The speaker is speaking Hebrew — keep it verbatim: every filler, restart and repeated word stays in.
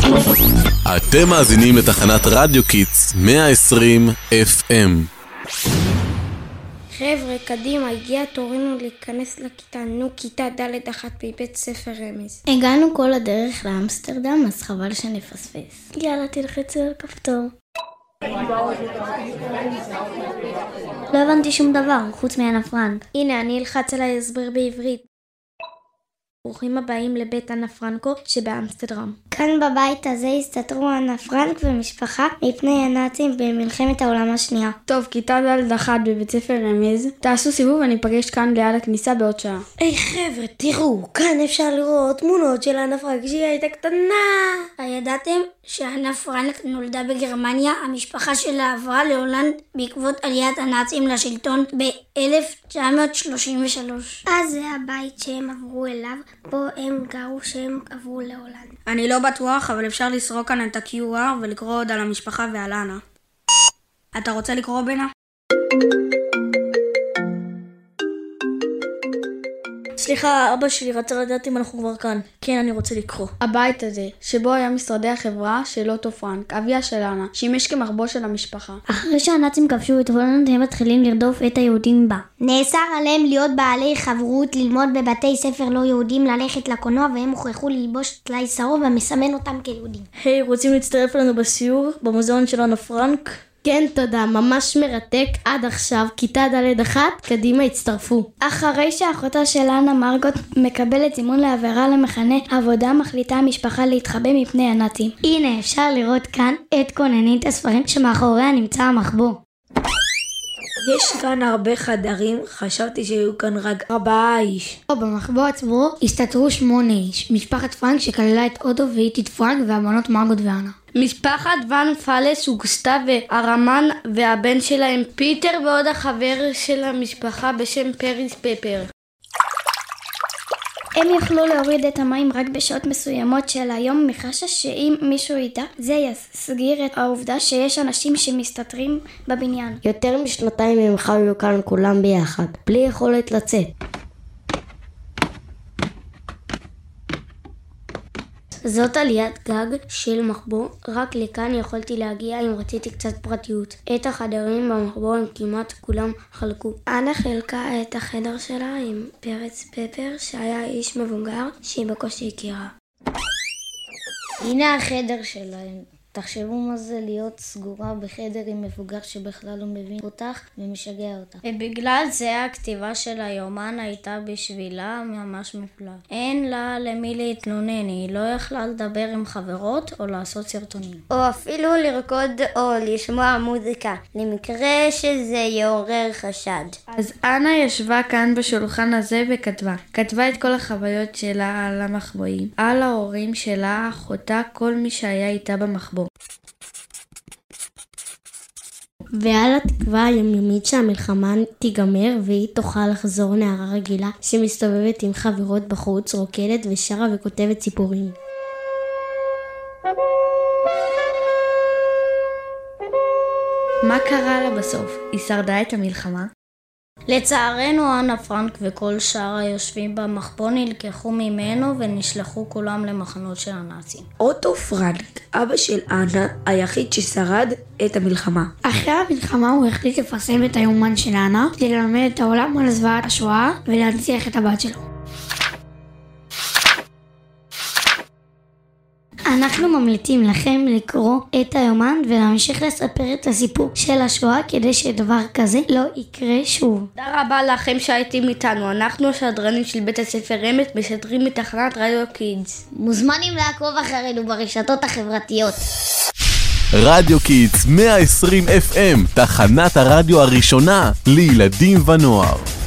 אתם מאזינים לתחנת רדיו קיטס מאה ועשרים אף אם. חבר'ה, קדימה, הגיע תורנו להיכנס לכיתה, נו, כיתה ד' אחת בבית ספר רמז. הגענו כל הדרך לאמסטרדם, אז חבל שנפספס. יאללה, תלחצו על כפתור. לא הבנתי שום דבר, חוץ מאנה פרנק. הנה, אני אלחץ על ההסבר בעברית. ברוכים הבאים לבית אנה פרנקו שבאמסטרדם. כאן בבית הזה הסתתרו אנה פרנק ומשפחה מפני הנאצים במלחמת העולם השנייה. טוב, כיתה ד' אחת בבית ספר רמז, תעשו סיבוב ואני אפגש כאן ליד הכניסה בעוד שעה. היי חבר'ה, תראו, כאן אפשר לראות תמונות של אנה פרנק שהיא הייתה קטנה. הידעתם שאנה פרנק נולדה בגרמניה? המשפחה שלה עברה להולנד בעקבות עליית הנאצים לשלטון ב-אלף תשע מאות שלושים ושלוש. אז זה הבית שהם עברו אליו, פה הם גרו שהם עברו להולנד. אני לא בטוח, אבל אפשר לסרוק כאן את ה-קיו אר ולקרוא עוד על המשפחה ועל אנה. אתה רוצה לקרוא בנה? סליחה, אבא שלי רצה לדעת אם אנחנו כבר כאן. כן, אני רוצה לקרוא. הבית הזה, שבו היה משרדי החברה של אוטו פרנק, אביה של אנה, שימש כמחבוא של המשפחה. אחרי שהנאצים כבשו את הולנד, הם מתחילים לרדוף את היהודים בה. נאסר עליהם להיות בעלי חברות, ללמוד בבתי ספר לא יהודים, ללכת לקולנוע, והם הוכרחו ללבוש טלאי שרוף ומסמן אותם כיהודים. היי, רוצים להצטרף לנו בסיור במוזיאון של אנה פרנק? כן, תודה, ממש מרתק עד עכשיו, כיתה ד' אחת, קדימה הצטרפו. אחרי שאחותה של אנה מרגוט מקבלת זימון לעבירה למחנה עבודה, מחליטה המשפחה להתחבא מפני הנאצים. הנה, אפשר לראות כאן את כוננית הספרים שמאחוריה נמצא המחבוא. יש כאן הרבה חדרים, חשבתי שיהיו כאן רק ארבעה איש. או במחבוא עצמו הסתתרו שמונה איש, משפחת פרנק שכללה את אוטו ואיטית פרנק והבנות מרגוט ואנה. משפחת ון פלס וגוסטה וארמן והבן שלהם פיטר ועוד החבר של המשפחה בשם פריס פפר. הם יוכלו להוריד את המים רק בשעות מסוימות של היום, מחשש שאם מישהו ידע, זה יסגיר את העובדה שיש אנשים שמסתתרים בבניין. יותר משנתיים הם חיו כאן כולם ביחד, בלי יכולת לצאת. זאת עליית גג של מחבוא, רק לכאן יכולתי להגיע אם רציתי קצת פרטיות. את החדרים במחבוא הם כמעט כולם חלקו. אנה חלקה את החדר שלה עם פרץ פפר שהיה איש מבוגר שהיא בקושי הכירה. הנה החדר שלהם. תחשבו מה זה להיות סגורה בחדר עם מבוגר שבכלל לא מבין אותך ומשגע אותך. ובגלל זה הכתיבה של היומן הייתה בשבילה ממש מפלא. אין לה למי להתלונן, היא לא יכלה לדבר עם חברות או לעשות סרטונים. או אפילו לרקוד או לשמוע מוזיקה, למקרה שזה יעורר חשד. אז אנה ישבה כאן בשולחן הזה וכתבה. כתבה את כל החוויות שלה על המחבואים, על ההורים שלה, אחותה, כל מי שהיה איתה במחבוא. ועל התקווה היומיומית שהמלחמה תיגמר והיא תוכל לחזור נערה רגילה שמסתובבת עם חברות בחוץ, רוקדת ושרה וכותבת סיפורים. מה קרה לה בסוף? היא שרדה את המלחמה? לצערנו אנה פרנק וכל שאר היושבים במחבוא נלקחו ממנו ונשלחו כולם למחנות של הנאצים. אוטו פרנק, אבא של אנה, היחיד ששרד את המלחמה. אחרי המלחמה הוא החליט לפרסם את היומן של אנה, ללמד את העולם על זוועת השואה ולהנציח את הבת שלו. אנחנו ממליצים לכם לקרוא את היומן ולהמשיך לספר את הסיפור של השואה כדי שדבר כזה לא יקרה שוב. תודה רבה לכם שהייתם איתנו. אנחנו השדרנים של בית הספר רמז משדרים מתחנת רדיו קידס. מוזמנים לעקוב אחרינו ברשתות החברתיות. רדיו קיטס מאה ועשרים אף אם, תחנת הרדיו הראשונה לילדים ונוער.